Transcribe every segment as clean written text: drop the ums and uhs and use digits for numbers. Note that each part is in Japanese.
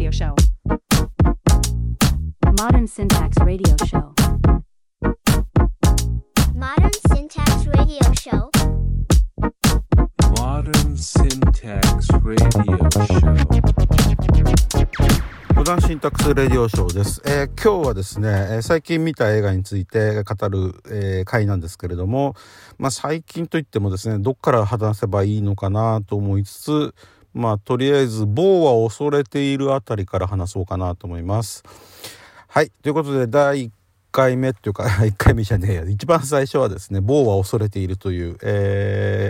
Radio Show. Modern Syntax Radio Show. Modern Syntax Radio Show. Modern Syntax Radio Show. モダンシンタックスレディオショーです。今日はですね、最近見た映画について語る、回なんですけれども、最近といってもですね、どっから話せばいいのかなと思いつつ、とりあえず某は恐れているあたりから話そうかなと思います。はい、ということで第1回目というか1回目じゃねえや、一番最初はですね、某は恐れているという、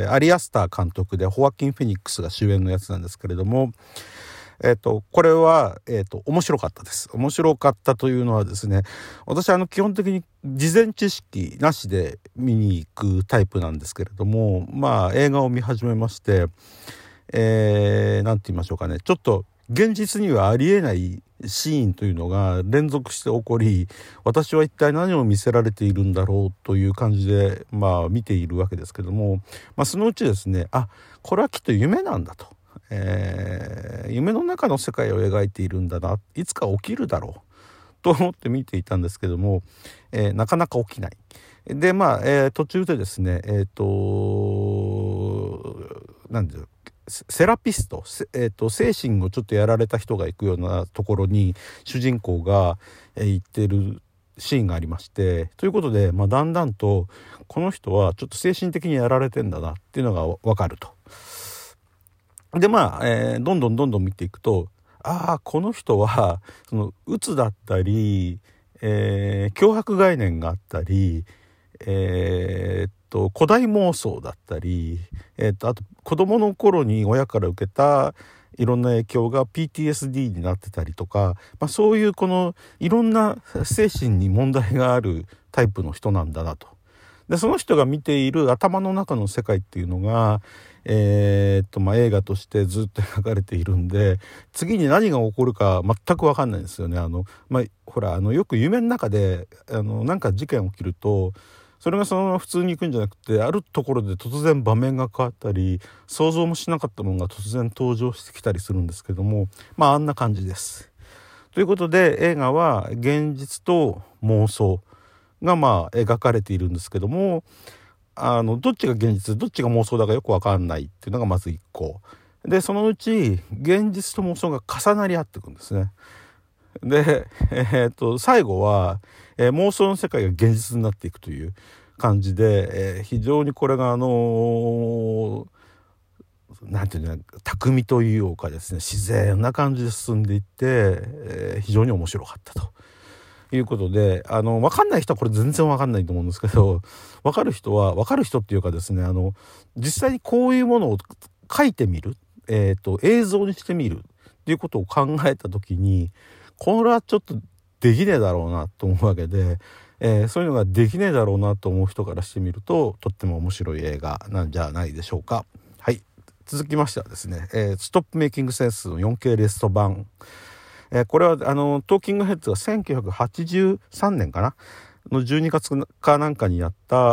アリアスター監督でホアキン・フェニックスが主演のやつなんですけれども、これは、面白かったです。面白かったというのはですね、私基本的に事前知識なしで見に行くタイプなんですけれども、映画を見始めまして、なんて言いましょうかね、ちょっと現実にはありえないシーンというのが連続して起こり、私は一体何を見せられているんだろうという感じで、見ているわけですけども、そのうちですね、これはきっと夢なんだと。夢の中の世界を描いているんだな、いつか起きるだろうと思って見ていたんですけども、なかなか起きないで、途中でですね、なんでセラピスト、精神をちょっとやられた人が行くようなところに主人公が、行ってるシーンがありまして、ということで、だんだんとこの人はちょっと精神的にやられてんだなっていうのが分かると。でどんどん見ていくと、この人はその鬱だったり、強迫概念があったり、古代妄想だったり、あと子供の頃に親から受けたいろんな影響が PTSD になってたりとか、そういうこのいろんな精神に問題があるタイプの人なんだなと。でその人が見ている頭の中の世界っていうのが、映画としてずっと描かれているんで、次に何が起こるか全く分かんないんですよね。ほらよく夢の中でなんか事件起きると、それがそのまま普通に行くんじゃなくて、あるところで突然場面が変わったり、想像もしなかったものが突然登場してきたりするんですけども、あんな感じです。ということで、映画は現実と妄想が描かれているんですけども、どっちが現実どっちが妄想だかよく分かんないっていうのがまず一個で、そのうち現実と妄想が重なり合っていくんですね。で、最後は、妄想の世界が現実になっていくという感じで、非常にこれがなんていうの、巧みというかですね、自然な感じで進んでいって、非常に面白かったということで、分かんない人はこれ全然分かんないと思うんですけど、分かる人は分かる人っていうかですね、実際にこういうものを書いてみる、映像にしてみるっていうことを考えた時に、これはちょっとできねえだろうなと思うわけで、そういうのができねえだろうなと思う人からしてみると、とっても面白い映画なんじゃないでしょうか。はい、続きましてはですね、ストップメイキングセンスの 4K レスト版、これはトーキングヘッズが1983年かなの12月かなんかにやった、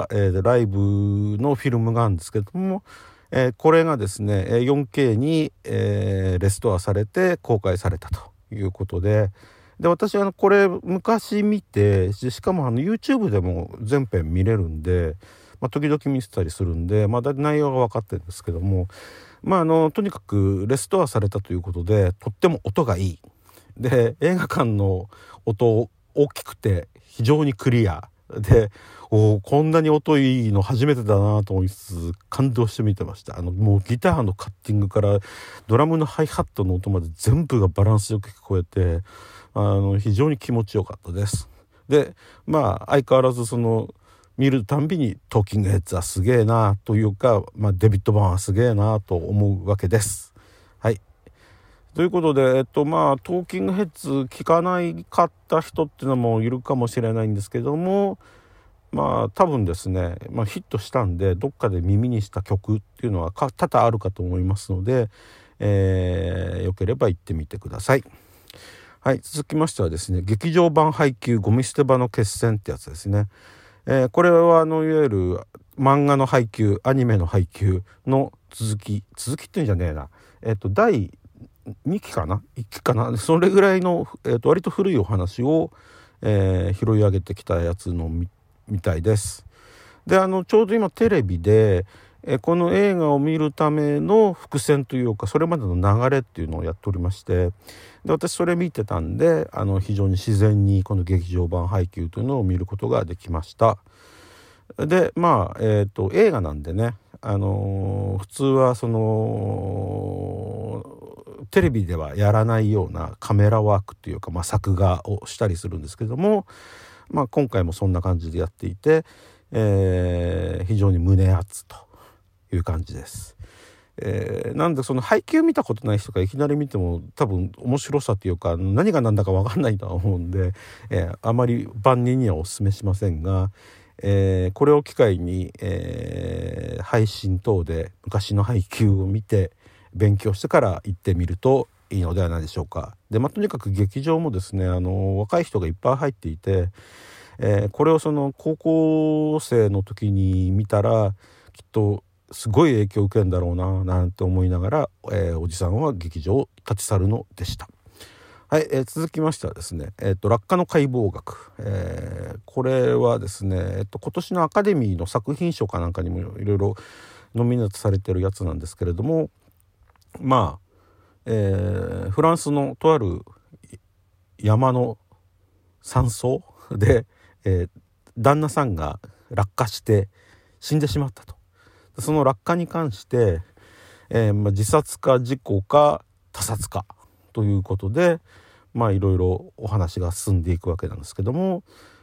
ライブのフィルムがあるんですけども、これがですね 4K に、レストアされて公開されたということで、私これ昔見て、しかもYouTube でも全編見れるんで、時々見せたりするんで、内容が分かってるんですけども、とにかくレストアされたということで、とっても音がいいで、映画館の音大きくて非常にクリアで、こんなに音いいの初めてだなと思いつつ感動して見てました。もうギターのカッティングからドラムのハイハットの音まで全部がバランスよく聞こえて、非常に気持ちよかったです。で相変わらず見るたんびにトーキングヘッズはすげえなというか、デビッド・バーンはすげえなと思うわけです。はい、ということで、トーキングヘッズ聞かないかった人っていうのもいるかもしれないんですけども、多分ですね、ヒットしたんでどっかで耳にした曲っていうのは多々あるかと思いますので、よければ行ってみてください。はい、続きましてはですね、劇場版配給ゴミ捨て場の決戦ってやつですね。これはいわゆる漫画の配給、アニメの配給の続きっていうんじゃねえな、第 2期かな1期かな、それぐらいの、割と古いお話を、拾い上げてきたやつの みたいです。でちょうど今テレビで、この映画を見るための伏線というかそれまでの流れっていうのをやっておりまして、で私それ見てたんで非常に自然にこの劇場版配給というのを見ることができました。で映画なんでね、普通はそのテレビではやらないようなカメラワークっていうか、作画をしたりするんですけども、今回もそんな感じでやっていて、非常に胸熱という感じです。なんでその配給見たことない人がいきなり見ても多分面白さというか何が何だか分かんないとは思うんで、あまり万人にはお勧めしませんが、これを機会に、配信等で昔の配給を見て勉強してから行ってみるといいのではないでしょうか。で、とにかく劇場もですね若い人がいっぱい入っていて、これをその高校生の時に見たらきっとすごい影響を受けるんだろうななんて思いながら、おじさんは劇場を立ち去るのでした。はい、続きましてはですね、落下の解剖学、これはですね、今年のアカデミーの作品賞かなんかにもいろいろノミネートされてるやつなんですけれども、フランスのとある山の山荘で、旦那さんが落下して死んでしまったと。その落下に関して、自殺か事故か他殺かということでいろいろお話が進んでいくわけなんですけども、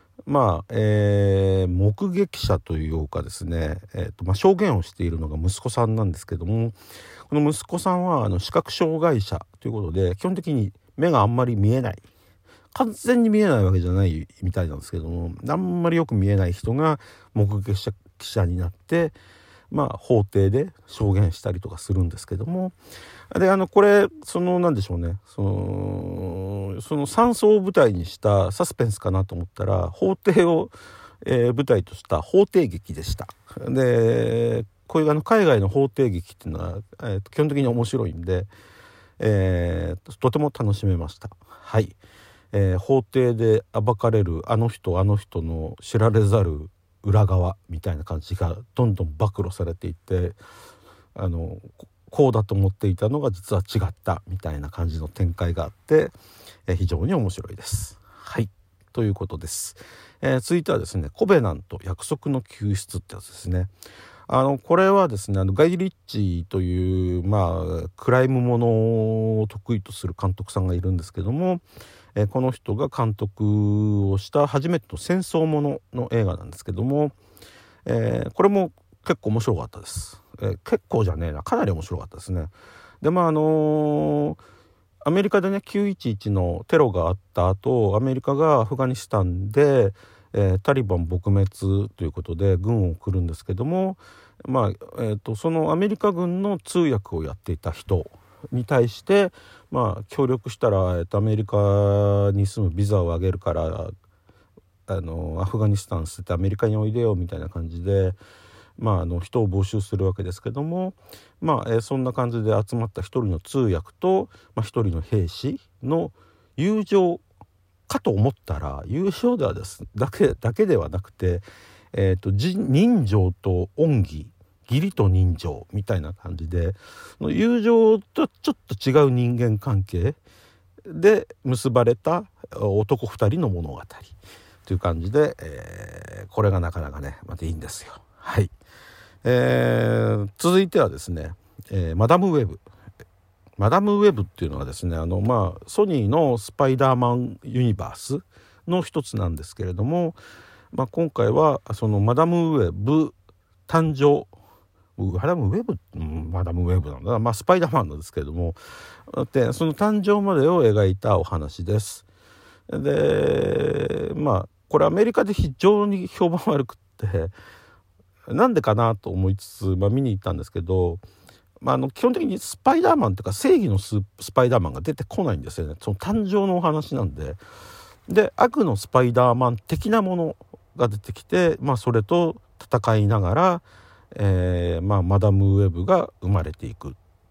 目撃者というかですね、証言をしているのが息子さんなんですけども、この息子さんは視覚障害者ということで基本的に目があんまり見えない、完全に見えないわけじゃないみたいなんですけども、あんまりよく見えない人が目撃者になって法廷で証言したりとかするんですけども、でこれなんでしょうね、その山荘を舞台にしたサスペンスかなと思ったら法廷を、舞台とした法廷劇でした。でこういう海外の法廷劇っていうのは、基本的に面白いんで、とても楽しめました。はい、法廷で暴かれるあの人の知られざる裏側みたいな感じがどんどん暴露されていってこうだと思っていたのが実は違ったみたいな感じの展開があって、非常に面白いです。はいということです。続いてはですね、コベナント約束の救出ってやつですね。これはですねガイ・リッチーというクライムものを得意とする監督さんがいるんですけども、この人が監督をした初めての戦争ものの映画なんですけども、これも結構面白かったです。結構じゃねえな、かなり面白かったですね。でアメリカでね911のテロがあった後、アメリカがアフガニスタンで、タリバン撲滅ということで軍を送るんですけども、そのアメリカ軍の通訳をやっていた人に対して協力したら、アメリカに住むビザをあげるからアフガニスタン捨ててアメリカにおいでよみたいな感じで、人を募集するわけですけども、そんな感じで集まった一人の通訳と、一人の兵士の友情かと思ったら、友情ではだけではなくて、人情と恩義、義理と人情みたいな感じで、友情とちょっと違う人間関係で結ばれた男2人の物語という感じで、これがなかなかねまたいいんですよ。はい、続いてはですね、マダムウェブっていうのはですねソニーのスパイダーマンユニバースの一つなんですけれども、今回はそのマダムウェブ誕生、マダムウェブなんだ、スパイダーマンなんですけれども、でその誕生までを描いたお話です。でこれアメリカで非常に評判悪くってなんでかなと思いつつ、見に行ったんですけど、基本的にスパイダーマンというか正義のスパイダーマンが出てこないんですよね。その誕生のお話なんで、悪のスパイダーマン的なものが出てきて、それと戦いながら、マダムウェブが生まれていく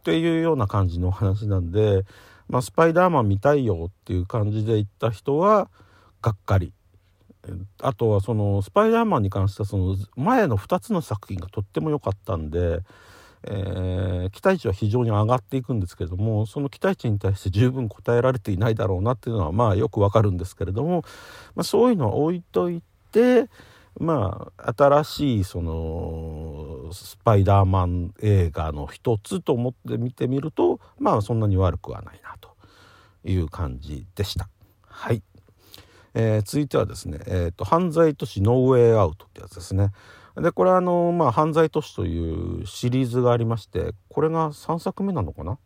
っていうような感じの話なんで、スパイダーマン見たいよっていう感じで言った人はがっかり。あとはそのスパイダーマンに関してはその前の2つの作品がとっても良かったんで、期待値は非常に上がっていくんですけれども、その期待値に対して十分応えられていないだろうなっていうのはよくわかるんですけれども、そういうのは置いといて、新しいそのスパイダーマン映画の一つと思って見てみると、そんなに悪くはないなという感じでした。はい。続いてはですね、犯罪都市ノーウェイアウトってやつですね。でこれは犯罪都市というシリーズがありまして、これが3作目なのかな。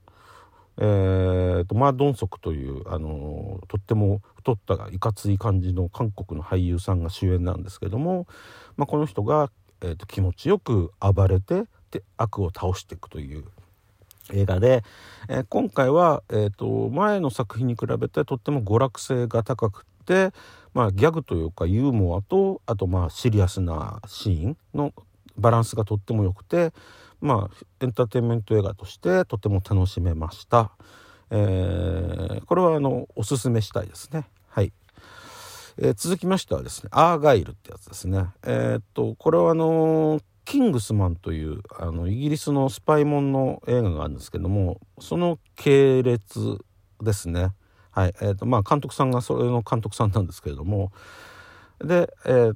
ドンソクというとっても太ったいかつい感じの韓国の俳優さんが主演なんですけども、この人が、気持ちよく暴れて悪を倒していくという映画で、今回は、前の作品に比べてとっても娯楽性が高くて、ギャグというかユーモアとあとシリアスなシーンのバランスがとっても良くて、エンターテインメント映画としてとても楽しめました。これはおすすめしたいですね。はい。続きましてはですね、アーガイルってやつですね。これはキングスマンというイギリスのスパイモンの映画があるんですけども、その系列ですね。はい。監督さんがそれの監督さんなんですけれども、でア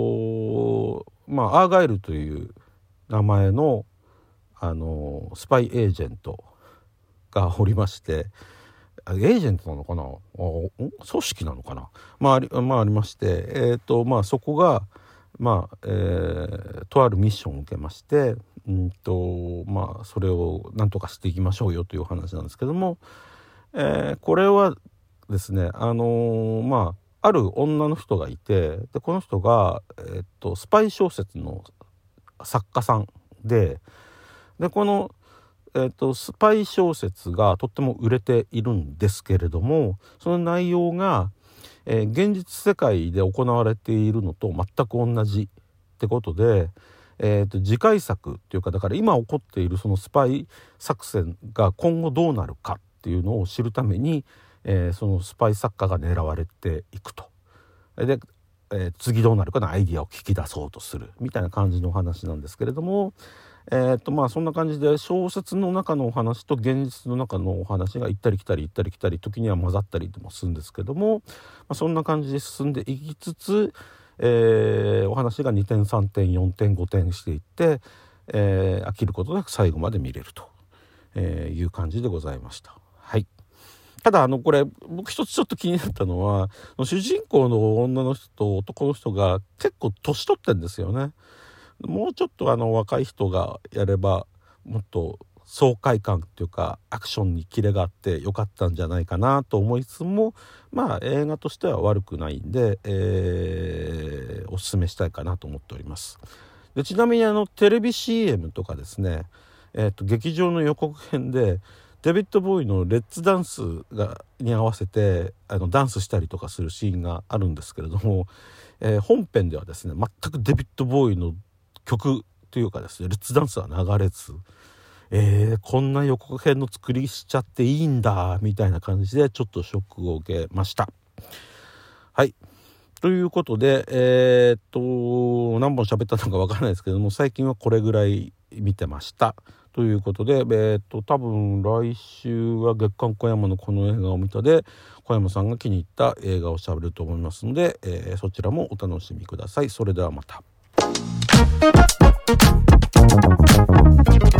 ーガイルという名前のスパイエージェントがおりまして、エージェントなのかな、組織なのかな、ありまして、そこがとあるミッションを受けまして、それを何とかしていきましょうよという話なんですけども、これはですね、ある女の人がいて、でこの人が、スパイ小説の作家さんで、この、スパイ小説がとっても売れているんですけれども、その内容が、現実世界で行われているのと全く同じってことで、次回作っていうか、だから今起こっているそのスパイ作戦が今後どうなるかっていうのを知るために、そのスパイ作家が狙われていくと。で、次どうなるかのアイディアを聞き出そうとするみたいな感じのお話なんですけれども、そんな感じで小説の中のお話と現実の中のお話が行ったり来たり時には混ざったりもするんですけども、そんな感じで進んでいきつつ、お話が2点3点4点5点していって、飽きることなく最後まで見れるという感じでございました。はい。ただこれ僕一つちょっと気になったのは、主人公の女の人と男の人が結構年取ってるんですよね。もうちょっと若い人がやればもっと爽快感っていうかアクションにキレがあってよかったんじゃないかなと思いつつも、映画としては悪くないんで、おすすめしたいかなと思っております。でちなみにテレビ CM とかですね、劇場の予告編でデビッド・ボーイのレッツダンスに合わせてダンスしたりとかするシーンがあるんですけれども、本編ではですね全くデビッド・ボーイの曲というかですねレッツダンスは流れず、こんな予告編の作りしちゃっていいんだみたいな感じでちょっとショックを受けました。はい。ということで何本喋ったのかわからないですけども、最近はこれぐらい見てましたということで、多分来週は月刊小山のこの映画を見たで小山さんが気に入った映画を喋ると思いますので、そちらもお楽しみください。それではまた。